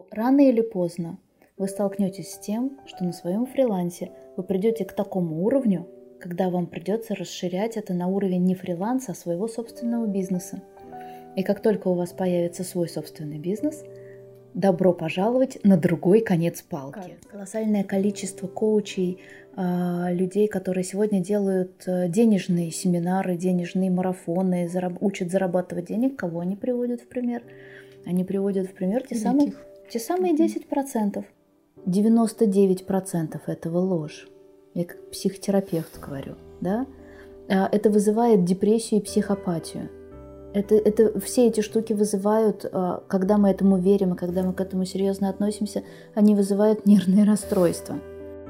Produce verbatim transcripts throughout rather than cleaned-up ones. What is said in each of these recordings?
рано или поздно вы столкнетесь с тем, что на своем фрилансе вы придете к такому уровню, когда вам придется расширять это на уровень не фриланса, а своего собственного бизнеса. И как только у вас появится свой собственный бизнес, добро пожаловать на другой конец палки. Колоссальное количество коучей, людей, которые сегодня делают денежные семинары, денежные марафоны, учат зарабатывать денег, кого они приводят в пример? Они приводят в пример те самые, те самые десять процентов. девяносто девять процентов этого ложь. Я как психотерапевт говорю, да? Это вызывает депрессию и психопатию. Это, это, все эти штуки вызывают, когда мы этому верим и когда мы к этому серьезно относимся, они вызывают нервные расстройства.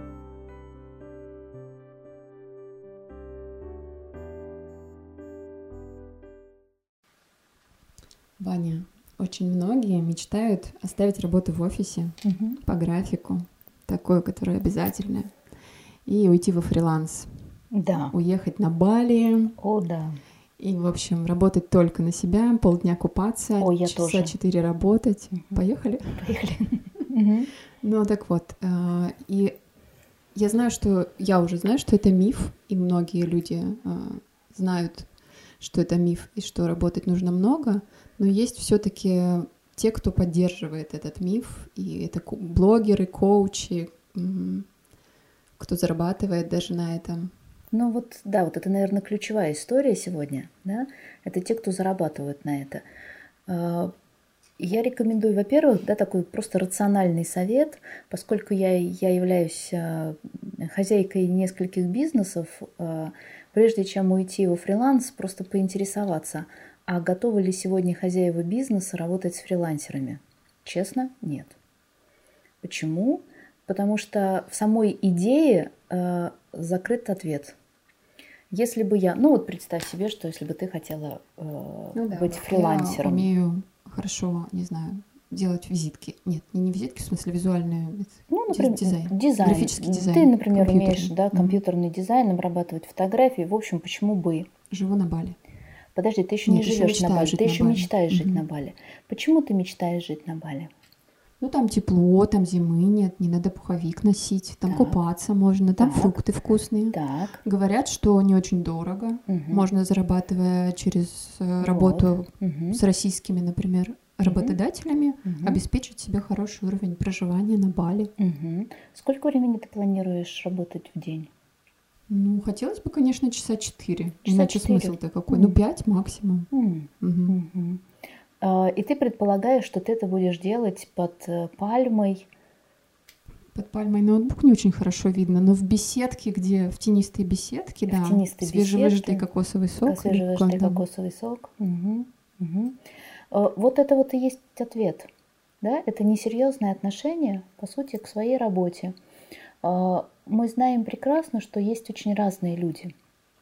Ваня, очень многие мечтают оставить работу в офисе угу. по графику, такое, которое обязательное, и уйти во фриланс. Да. Уехать на Бали. О, да. И, в общем, работать только на себя, полдня купаться, О, я часа четыре работать. Угу. Поехали? Поехали. Ну, так вот. И я знаю, что... Я уже знаю, что это миф, и многие люди знают, что это миф, и что работать нужно много, но есть все-таки те, кто поддерживает этот миф, и это блогеры, коучи, кто зарабатывает даже на этом. Ну вот, да, вот это, наверное, ключевая история сегодня, да, это те, кто зарабатывают на это. Я рекомендую, во-первых, да, такой просто рациональный совет, поскольку я, я являюсь хозяйкой нескольких бизнесов, прежде чем уйти во фриланс, просто поинтересоваться, а готовы ли сегодня хозяева бизнеса работать с фрилансерами? Честно, нет. Почему? Потому что в самой идее э, закрыт ответ. Если бы я, ну вот представь себе, что если бы ты хотела э, ну, да, быть фрилансером. Я умею хорошо, не знаю, делать визитки. Нет, не, не визитки, в смысле визуальную, ну, например, дизайн, дизайн. Графический дизайн. Ты, например, умеешь, да, компьютерный mm-hmm. дизайн, обрабатывать фотографии. В общем, почему бы? Живу на Бали. Подожди, ты еще Нет, не живешь на Бали, ты еще Бали. мечтаешь mm-hmm. жить на Бали. Почему ты мечтаешь жить на Бали? Ну, там тепло, там зимы нет, не надо пуховик носить, там так. купаться можно, там так. фрукты вкусные. Так. Говорят, что не очень дорого, угу. можно, зарабатывая через вот. работу угу. с российскими, например, работодателями, угу. обеспечить себе хороший уровень проживания на Бали. Угу. Сколько времени ты планируешь работать в день? Ну, хотелось бы, конечно, часа четыре. Часа Иначе четыре? Смысл-то какой? Mm. Ну, пять максимум. Mm. Угу. Mm-hmm. И ты предполагаешь, что ты это будешь делать под пальмой? Под пальмой ноутбук не очень хорошо видно, но в беседке, где в тенистой беседке, в да, тенистой свежевыжатый беседке, кокосовый сок. Свежевыжатый кокосовый сок. Угу. Угу. Вот это вот и есть ответ. Да? Это несерьезное отношение, по сути, к своей работе. Мы знаем прекрасно, что есть очень разные люди.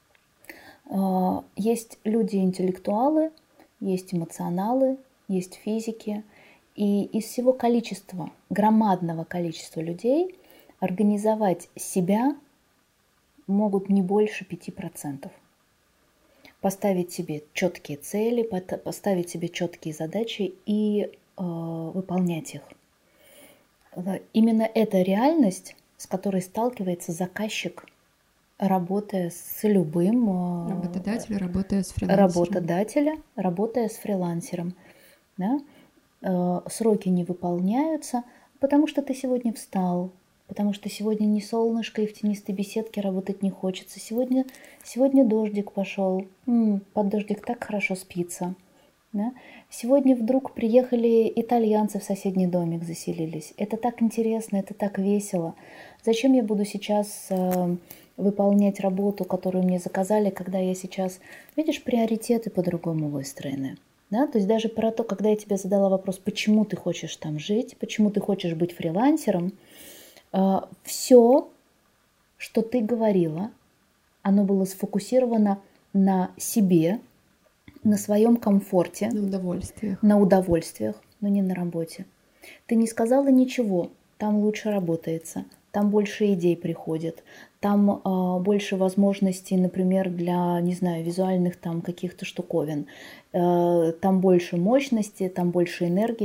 Есть люди-интеллектуалы, есть эмоционалы, есть физики. И из всего количества, громадного количества людей организовать себя могут не больше пяти процентов. Поставить себе четкие цели, поставить себе четкие задачи и э, выполнять их. Именно эта реальность, с которой сталкивается заказчик, работая с любым... Работодатель, работая с фрилансером. Работодателя, работая с фрилансером. Да? Сроки не выполняются, потому что ты сегодня встал, потому что сегодня не солнышко и в тенистой беседке работать не хочется. Сегодня, сегодня дождик пошел, М-м, под дождик так хорошо спится. Да? Сегодня вдруг приехали итальянцы в соседний домик, заселились. Это так интересно, это так весело. Зачем я буду сейчас э, выполнять работу, которую мне заказали, когда я сейчас... Видишь, приоритеты по-другому выстроены. Да? То есть даже про то, когда я тебе задала вопрос, почему ты хочешь там жить, почему ты хочешь быть фрилансером, э, все, что ты говорила, оно было сфокусировано на себе, на своем комфорте, на удовольствиях, на удовольствиях, но не на работе. Ты не сказала ничего, там лучше работается, там больше идей приходит, там э, больше возможностей, например, для, не знаю, визуальных там каких-то штуковин, э, там больше мощности, там больше энергии.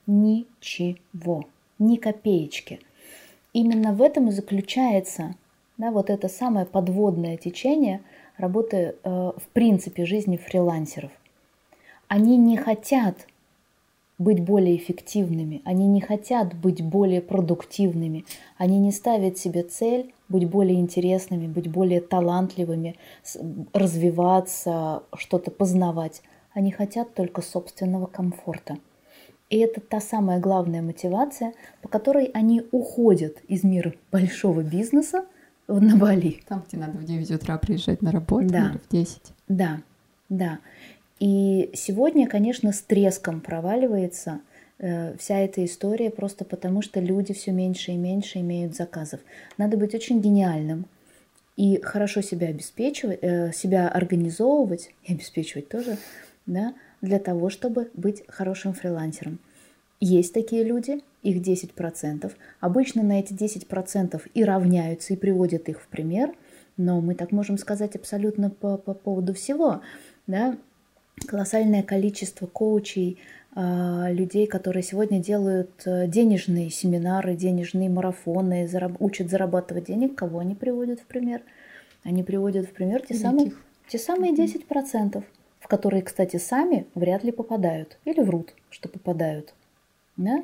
ничего, ни копеечки. Именно в этом и заключается, да, вот это самое подводное течение работы, э, в принципе, жизни фрилансеров. Они не хотят быть более эффективными, они не хотят быть более продуктивными, они не ставят себе цель быть более интересными, быть более талантливыми, развиваться, что-то познавать. Они хотят только собственного комфорта. И это та самая главная мотивация, по которой они уходят из мира большого бизнеса на Бали. Там, где надо в девять утра приезжать на работу, да. или в десять. Да, да. И сегодня, конечно, с треском проваливается э, вся эта история, просто потому что люди все меньше и меньше имеют заказов. Надо быть очень гениальным и хорошо себя обеспечивать, э, себя организовывать, и обеспечивать тоже, да, для того, чтобы быть хорошим фрилансером. Есть такие люди, их десять процентов. Обычно на эти десять процентов и равняются, и приводят их в пример, но мы так можем сказать абсолютно по, по поводу всего, да. Колоссальное количество коучей, людей, которые сегодня делают денежные семинары, денежные марафоны, зараб- учат зарабатывать денег, кого они приводят в пример? Они приводят в пример те самые, те самые десять процентов, в которые, кстати, сами вряд ли попадают или врут, что попадают. Да?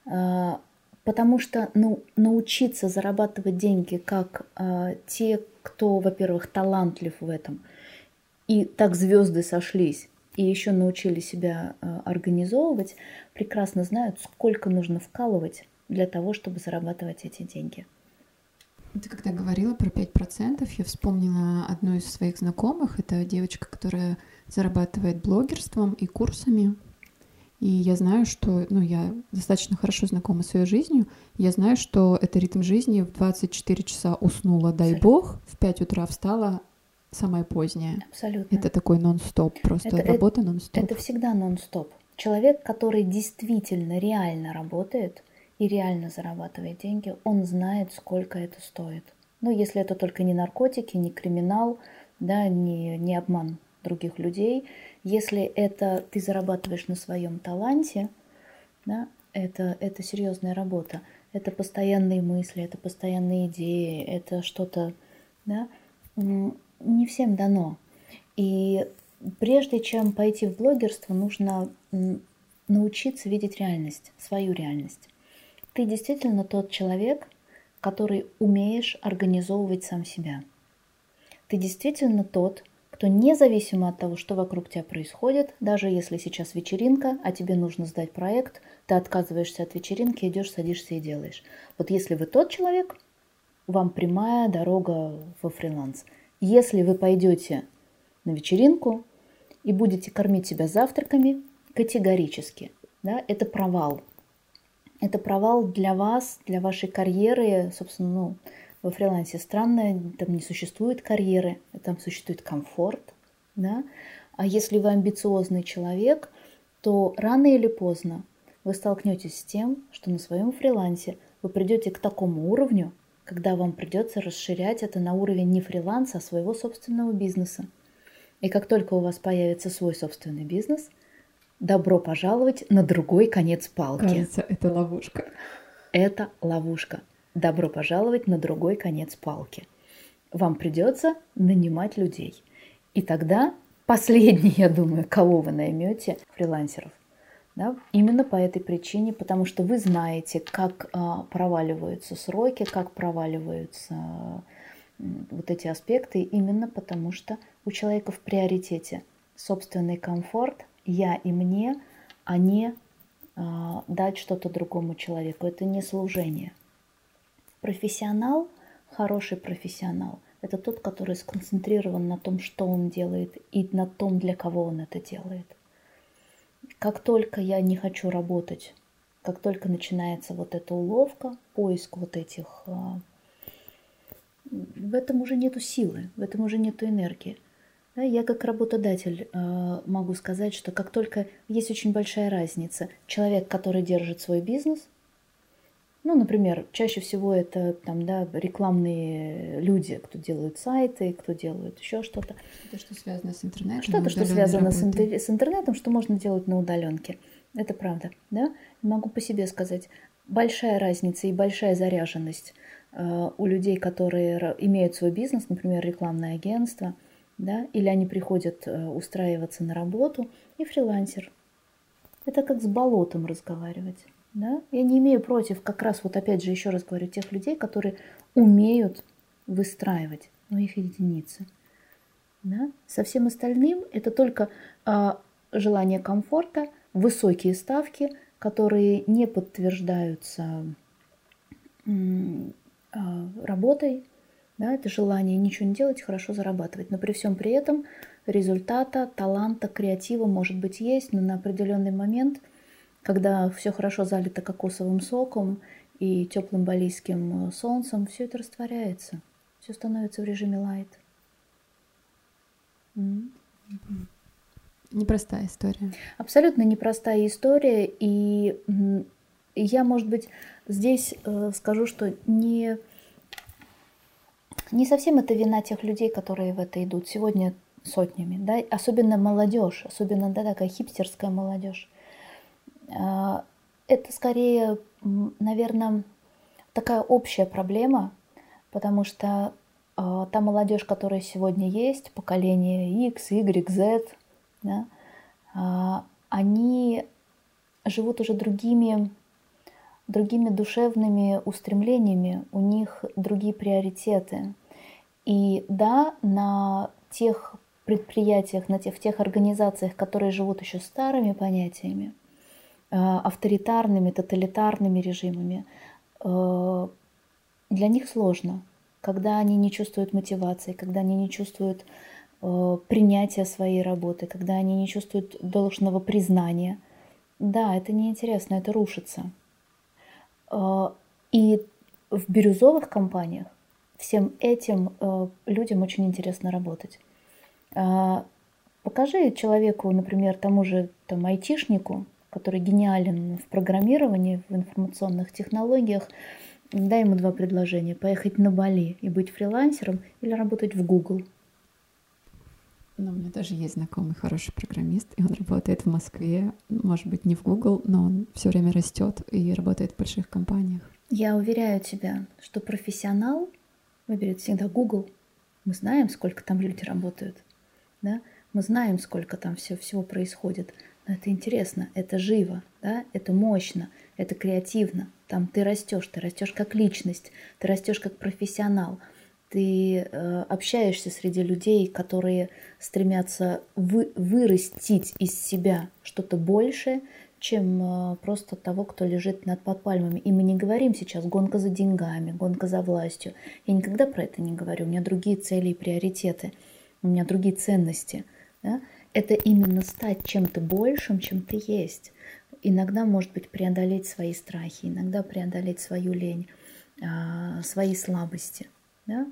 Потому что ну, научиться зарабатывать деньги, как а, те, кто, во-первых, талантлив в этом, и так звезды сошлись, и еще научили себя э, организовывать, прекрасно знают, сколько нужно вкалывать для того, чтобы зарабатывать эти деньги. Ты когда говорила про пять процентов, я вспомнила одну из своих знакомых. Это девочка, которая зарабатывает блогерством и курсами. И я знаю, что, ну, я достаточно хорошо знакома с ее жизнью. Я знаю, что это ритм жизни. В двадцать четыре часа уснула, дай Абсолютно. бог, в пять утра встала, самое позднее. Абсолютно. Это такой нон-стоп, просто это, работа это, нон-стоп. Это всегда нон-стоп. Человек, который действительно, реально работает и реально зарабатывает деньги, он знает, сколько это стоит. Ну, если это только не наркотики, не криминал, да, не, не обман других людей. Если это ты зарабатываешь на своем таланте, да, это, это серьезная работа. Это постоянные мысли, это постоянные идеи, это что-то, да, не всем дано. И прежде чем пойти в блогерство, нужно научиться видеть реальность, свою реальность. Ты действительно тот человек, который умеешь организовывать сам себя. Ты действительно тот, кто независимо от того, что вокруг тебя происходит, даже если сейчас вечеринка, а тебе нужно сдать проект, ты отказываешься от вечеринки, идешь, садишься и делаешь. Вот если вы тот человек, вам прямая дорога во фриланс. Если вы пойдете на вечеринку и будете кормить себя завтраками, категорически, да, это провал. Это провал для вас, для вашей карьеры, собственно, ну, во фрилансе странно, там не существует карьеры, там существует комфорт, да. А если вы амбициозный человек, то рано или поздно вы столкнетесь с тем, что на своем фрилансе вы придете к такому уровню, когда вам придется расширять это на уровень не фриланса, а своего собственного бизнеса. И как только у вас появится свой собственный бизнес, добро пожаловать на другой конец палки. Кажется, это ловушка. Это ловушка. Добро пожаловать на другой конец палки. Вам придется нанимать людей. И тогда последний, я думаю, кого вы наймете, фрилансеров. Да? Именно по этой причине, потому что вы знаете, как а, проваливаются сроки, как проваливаются а, вот эти аспекты, именно потому что у человека в приоритете собственный комфорт, я и мне, а не а, дать что-то другому человеку. Это не служение. Профессионал, хороший профессионал, это тот, который сконцентрирован на том, что он делает, и на том, для кого он это делает. Как только я не хочу работать, как только начинается вот эта уловка, поиск вот этих, в этом уже нету силы, в этом уже нету энергии. Я как работодатель могу сказать, что как только есть очень большая разница, человек, который держит свой бизнес, ну, например, чаще всего это там, да, рекламные люди, кто делают сайты, кто делает еще что-то. Что-то, что связано с интернетом. Что-то, что связано с, интер... с интернетом, что можно делать на удаленке. Это правда, да? Могу по себе сказать. Большая разница и большая заряженность э, у людей, которые ра- имеют свой бизнес, например, рекламное агентство, да, или они приходят э, устраиваться на работу, и фрилансер. Это как с болотом разговаривать, да? Я не имею против, как раз вот опять же еще раз говорю, тех людей, которые умеют выстраивать, но их единицы, да? Со всем остальным это только а, желание комфорта, высокие ставки, которые не подтверждаются м, а, работой, да, это желание ничего не делать, хорошо зарабатывать. Но при всем при этом результата, таланта, креатива, может быть, есть, но на определенный момент, когда все хорошо залито кокосовым соком и теплым балийским солнцем, все это растворяется. Все становится в режиме лайт. М. Непростая история. Абсолютно непростая история. И м, я, может быть, здесь э, скажу, что не, не совсем это вина тех людей, которые в это идут сегодня сотнями, да, особенно молодежь, особенно, да, такая хипстерская молодежь. А, Это скорее, наверное, такая общая проблема, потому что а, та молодежь, которая сегодня есть, поколение X, Y, Z, да, а, они живут уже другими, другими душевными устремлениями, у них другие приоритеты. И да, на тех предприятиях, на тех, в тех организациях, которые живут еще старыми понятиями, э, авторитарными, тоталитарными режимами, э, для них сложно, когда они не чувствуют мотивации, когда они не чувствуют э, принятия своей работы, когда они не чувствуют должного признания. Да, это неинтересно, это рушится. Э, И в бирюзовых компаниях всем этим э, людям очень интересно работать. А, Покажи человеку, например, тому же там, айтишнику, который гениален в программировании, в информационных технологиях, дай ему два предложения: поехать на Бали и быть фрилансером или работать в Google. Но у меня даже есть знакомый хороший программист, и он работает в Москве, может быть, не в Google, но он все время растет и работает в больших компаниях. Я уверяю тебя, что профессионал выберет всегда Google. Мы знаем, сколько там люди работают, да? Мы знаем, сколько там все, всего происходит. Но это интересно, это живо, да? Это мощно, это креативно. Там ты растешь, ты растешь как личность, ты растешь как профессионал. Ты э, общаешься среди людей, которые стремятся вы, вырастить из себя что-то большее, чем э, просто того, кто лежит над под пальмами. И мы не говорим сейчас гонка за деньгами, гонка за властью. Я никогда про это не говорю. У меня другие цели и приоритеты, у меня другие ценности. Да? Это именно стать чем-то большим, чем ты есть. Иногда, может быть, преодолеть свои страхи, иногда преодолеть свою лень, э, свои слабости. Да?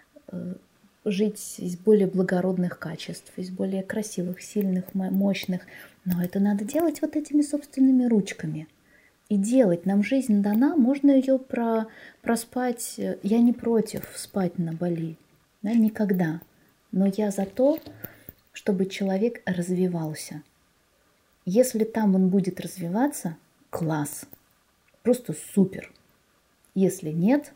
Жить из более благородных качеств, из более красивых, сильных, мощных. Но это надо делать вот этими собственными ручками. И делать. Нам жизнь дана, можно ее про, проспать. Я не против спать на Бали, да, никогда. Но я за то, чтобы человек развивался. Если там он будет развиваться, класс, просто супер. Если нет,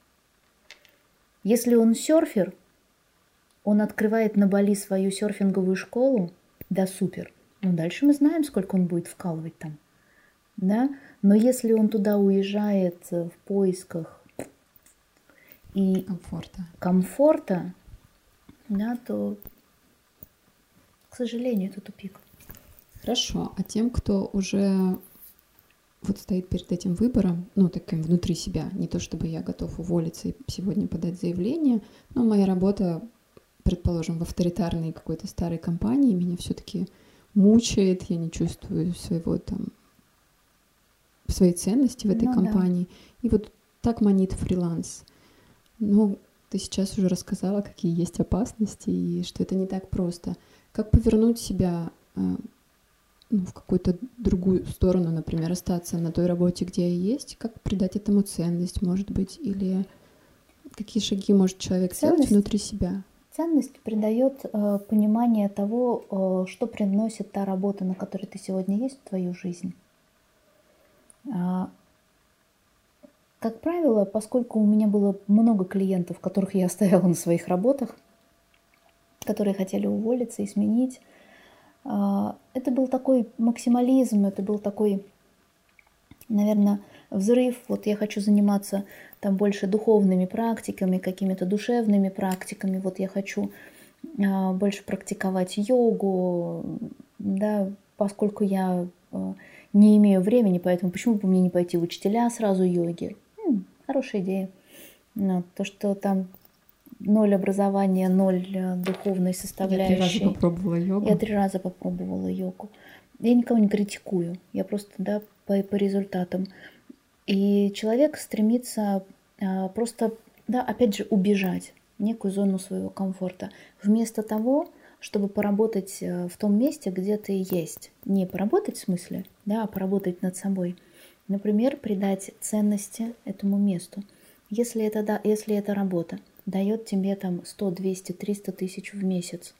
если он серфер, он открывает на Бали свою серфинговую школу, да, супер. Но дальше мы знаем, сколько он будет вкалывать там, да. Но если он туда уезжает в поисках и Комфорта. комфорта, да, то, к сожалению, это тупик. Хорошо. А тем, кто уже вот стоит перед этим выбором, ну, таким внутри себя, не то чтобы я готов уволиться и сегодня подать заявление, но моя работа, предположим, в авторитарной какой-то старой компании меня все-таки мучает, я не чувствую своего там своей ценности в этой Ну, компании. да. И вот так манит фриланс. Но ты сейчас уже рассказала, какие есть опасности, и что это не так просто. Как повернуть себя ну, в какую-то другую сторону, например, остаться на той работе, где я есть, как придать этому ценность, может быть, или какие шаги может человек Ценность? сделать внутри себя? ценность придает э, понимание того, э, что приносит та работа, на которой ты сегодня есть в твою жизнь. А, как правило, поскольку у меня было много клиентов, которых я оставила на своих работах, которые хотели уволиться и сменить, а, это был такой максимализм, это был такой, наверное, взрыв. Вот я хочу заниматься там больше духовными практиками, какими-то душевными практиками. Вот я хочу а, больше практиковать йогу, да, поскольку я а, не имею времени, поэтому почему бы мне не пойти в учителя сразу йоги? М, хорошая идея. Но то, что там ноль образования, ноль э, духовной составляющей. Я три раза попробовала йогу. Я три раза попробовала йогу. Я никого не критикую, я просто, да, по, по результатам. И человек стремится а, просто, да, опять же, убежать в некую зону своего комфорта, вместо того, чтобы поработать в том месте, где ты есть. Не поработать в смысле, да, а поработать над собой. Например, придать ценности этому месту. Если это, да, если эта работа дает тебе там сто, двести, триста тысяч в месяц,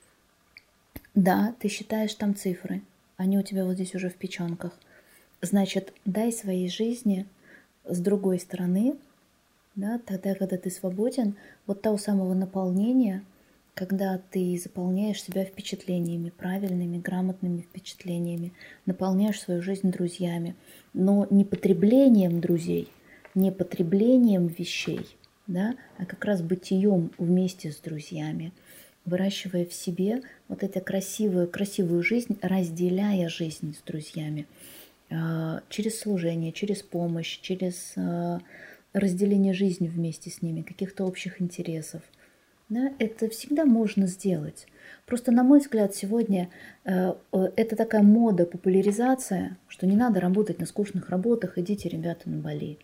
да, ты считаешь там цифры, они у тебя вот здесь уже в печенках. Значит, дай своей жизни с другой стороны, да, тогда, когда ты свободен, вот того самого наполнения, когда ты заполняешь себя впечатлениями, правильными, грамотными впечатлениями, наполняешь свою жизнь друзьями, но не потреблением друзей, не потреблением вещей, да, а как раз бытием вместе с друзьями, выращивая в себе вот эту красивую, красивую жизнь, разделяя жизнь с друзьями, через служение, через помощь, через разделение жизни вместе с ними, каких-то общих интересов. Да, это всегда можно сделать. Просто, на мой взгляд, сегодня э, это такая мода, популяризация, что не надо работать на скучных работах, идите, ребята, на Бали.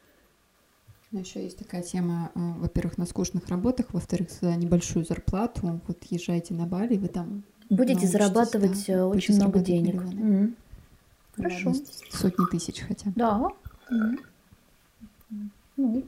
Но еще есть такая тема, во-первых, на скучных работах, во-вторых, за небольшую зарплату, вот езжайте на Бали, вы там будете зарабатывать да, очень много денег. Mm-hmm. Хорошо. Ладно, сотни тысяч хотя бы. Да. Mm-hmm. Ну,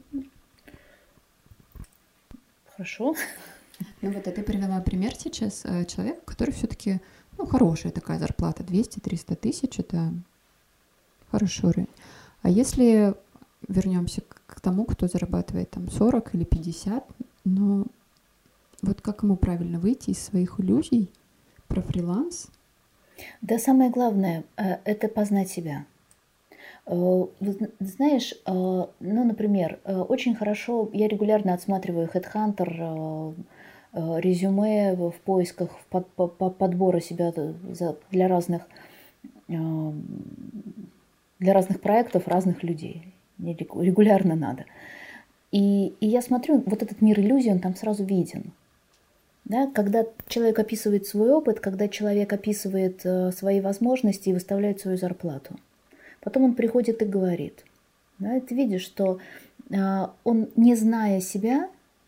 хорошо. Ну вот, а ты привела пример сейчас человека, который все-таки, ну, хорошая такая зарплата, двести-триста тысяч, это хорошо. А если вернемся к тому, кто зарабатывает там сорок или пятьдесят, но вот как ему правильно выйти из своих иллюзий про фриланс? Да, самое главное – это познать себя. Знаешь, ну, например, очень хорошо, я регулярно отсматриваю HeadHunter, резюме в поисках под, под, подбора себя для разных, для разных проектов, разных людей. Мне регулярно надо. И, и я смотрю, вот этот мир иллюзий, он там сразу виден. Да? Когда человек описывает свой опыт, когда человек описывает свои возможности и выставляет свою зарплату. Потом он приходит и говорит. Да, ты видишь, что э, он, не зная себя,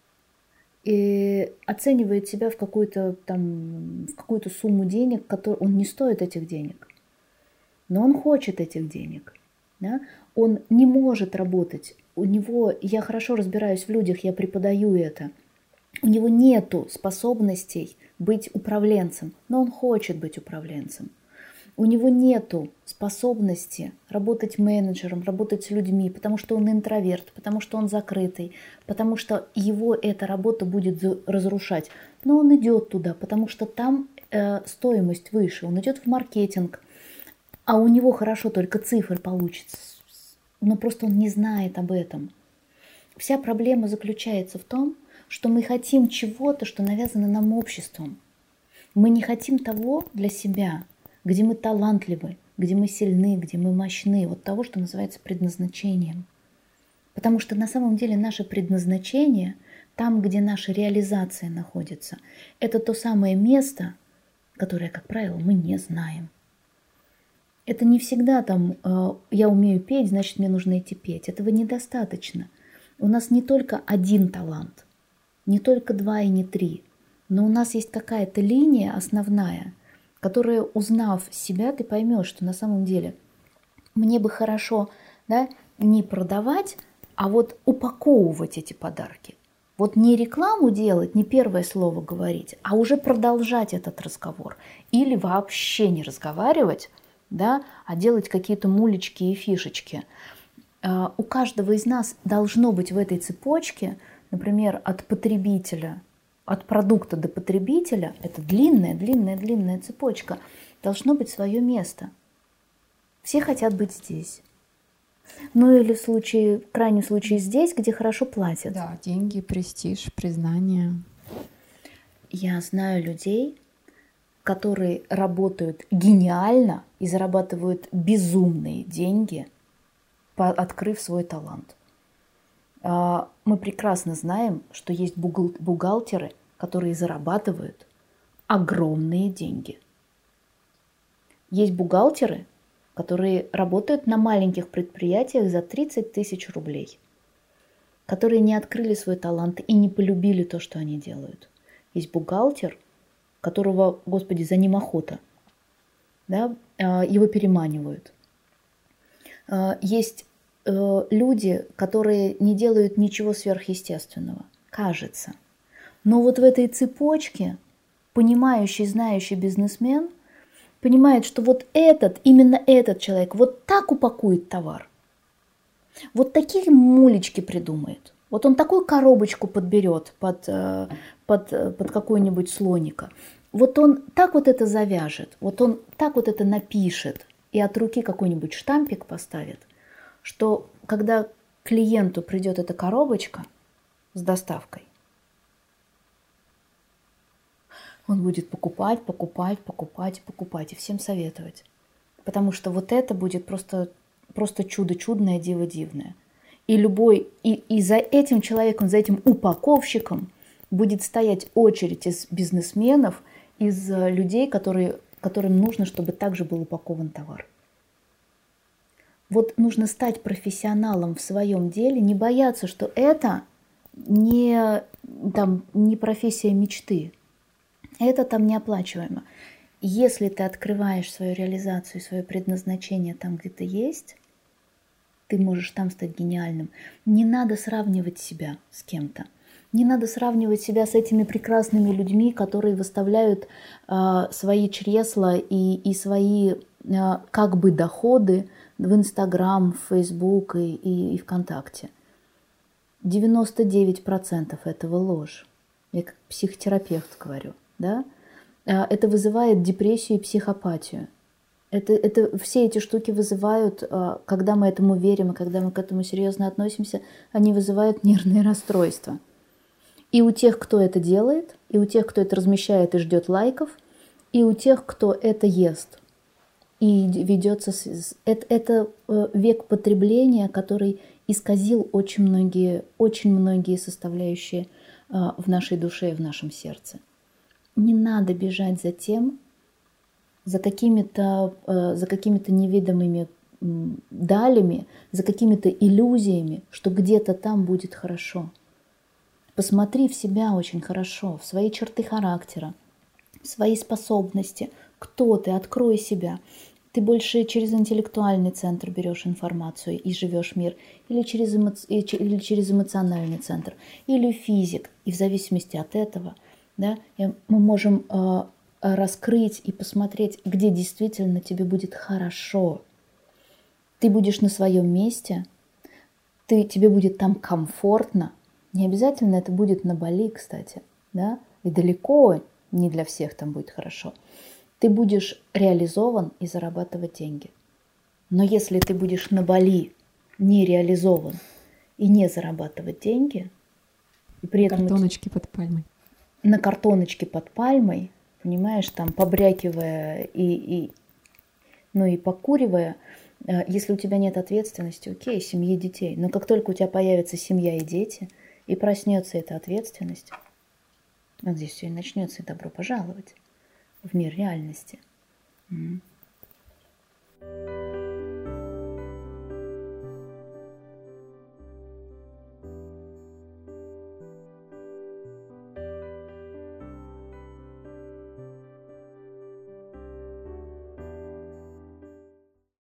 и оценивает себя в какую-то там, в какую-то сумму денег, который он не стоит этих денег. Но он хочет этих денег. Да? Он не может работать. У него, я хорошо разбираюсь в людях, я преподаю это. У него нету способностей быть управленцем, но он хочет быть управленцем. У него нету способности работать менеджером, работать с людьми, потому что он интроверт, потому что он закрытый, потому что его эта работа будет разрушать. Но он идет туда, потому что там э, стоимость выше, он идет в маркетинг, а у него хорошо только цифры получится, но просто он не знает об этом. Вся проблема заключается в том, что мы хотим чего-то, что навязано нам обществом. Мы не хотим того для себя, где мы талантливы, где мы сильны, где мы мощны, вот того, что называется предназначением. Потому что на самом деле наше предназначение, там, где наша реализация находится, это то самое место, которое, как правило, мы не знаем. Это не всегда там «я умею петь, значит, мне нужно идти петь». Этого недостаточно. У нас не только один талант, не только два и не три, но у нас есть какая-то линия основная, которая, узнав себя, ты поймешь, что на самом деле мне бы хорошо, да, не продавать, а вот упаковывать эти подарки. Вот не рекламу делать, не первое слово говорить, а уже продолжать этот разговор. Или вообще не разговаривать, да, а делать какие-то мулечки и фишечки. У каждого из нас должно быть в этой цепочке, например, от потребителя, от продукта до потребителя, это длинная, длинная, длинная цепочка, должно быть свое место. Все хотят быть здесь. Ну или в случае, в крайнем случае здесь, где хорошо платят. Да, деньги, престиж, признание. Я знаю людей, которые работают гениально и зарабатывают безумные деньги, открыв свой талант. Мы прекрасно знаем, что есть бухгалтеры, которые зарабатывают огромные деньги. Есть бухгалтеры, которые работают на маленьких предприятиях за тридцать тысяч рублей, которые не открыли свой талант и не полюбили то, что они делают. Есть бухгалтер, которого, Господи, за ним охота, да, его переманивают. Есть люди, которые не делают ничего сверхъестественного, кажется. Но вот в этой цепочке понимающий, знающий бизнесмен понимает, что вот этот, именно этот человек вот так упакует товар, вот такие мулечки придумает, вот он такую коробочку подберет под, под, под какой-нибудь слоника, вот он так вот это завяжет, вот он так вот это напишет и от руки какой-нибудь штампик поставит, что когда клиенту придет эта коробочка с доставкой, он будет покупать, покупать, покупать, покупать и всем советовать. Потому что вот это будет просто, просто чудо чудное, диво дивное. И любой, и, и за этим человеком, за этим упаковщиком будет стоять очередь из бизнесменов, из людей, которые, которым нужно, чтобы также был упакован товар. Вот нужно стать профессионалом в своем деле, не бояться, что это не, там, не профессия мечты. Это там неоплачиваемо. Если ты открываешь свою реализацию, свое предназначение там, где ты есть, ты можешь там стать гениальным. Не надо сравнивать себя с кем-то. Не надо сравнивать себя с этими прекрасными людьми, которые выставляют э, свои чресла и, и свои э, как бы доходы в Инстаграм, в Фейсбук и, и, и ВКонтакте. девяносто девять процентов этого ложь. Я как психотерапевт говорю. Да? Это вызывает депрессию и психопатию. Это, это, все эти штуки вызывают, когда мы этому верим и когда мы к этому серьезно относимся, они вызывают нервные расстройства. И у тех, кто это делает, и у тех, кто это размещает и ждет лайков, и у тех, кто это ест и ведется... С... Это, это век потребления, который исказил очень многие, очень многие составляющие в нашей душе и в нашем сердце. Не надо бежать за тем, за какими-то, за какими-то неведомыми далями, за какими-то иллюзиями, что где-то там будет хорошо. Посмотри в себя очень хорошо, в свои черты характера, в свои способности, кто ты, открой себя. Ты больше через интеллектуальный центр берешь информацию и живешь мир, или через, эмо... или через эмоциональный центр, или физик. И в зависимости от этого, да, мы можем э, раскрыть и посмотреть, где действительно тебе будет хорошо. Ты будешь на своем месте, ты, тебе будет там комфортно. Не обязательно это будет на Бали, кстати, да, и далеко не для всех там будет хорошо. Ты будешь реализован и зарабатывать деньги. Но если ты будешь на Бали не реализован и не зарабатывать деньги, и при этом... Картоночки под пальмой. На картоночке под пальмой, понимаешь, там побрякивая и, и, ну и покуривая, если у тебя нет ответственности, окей, семьи, детей. Но как только у тебя появится семья и дети, и проснется эта ответственность, вот здесь все и начнется, и добро пожаловать в мир реальности. Mm-hmm.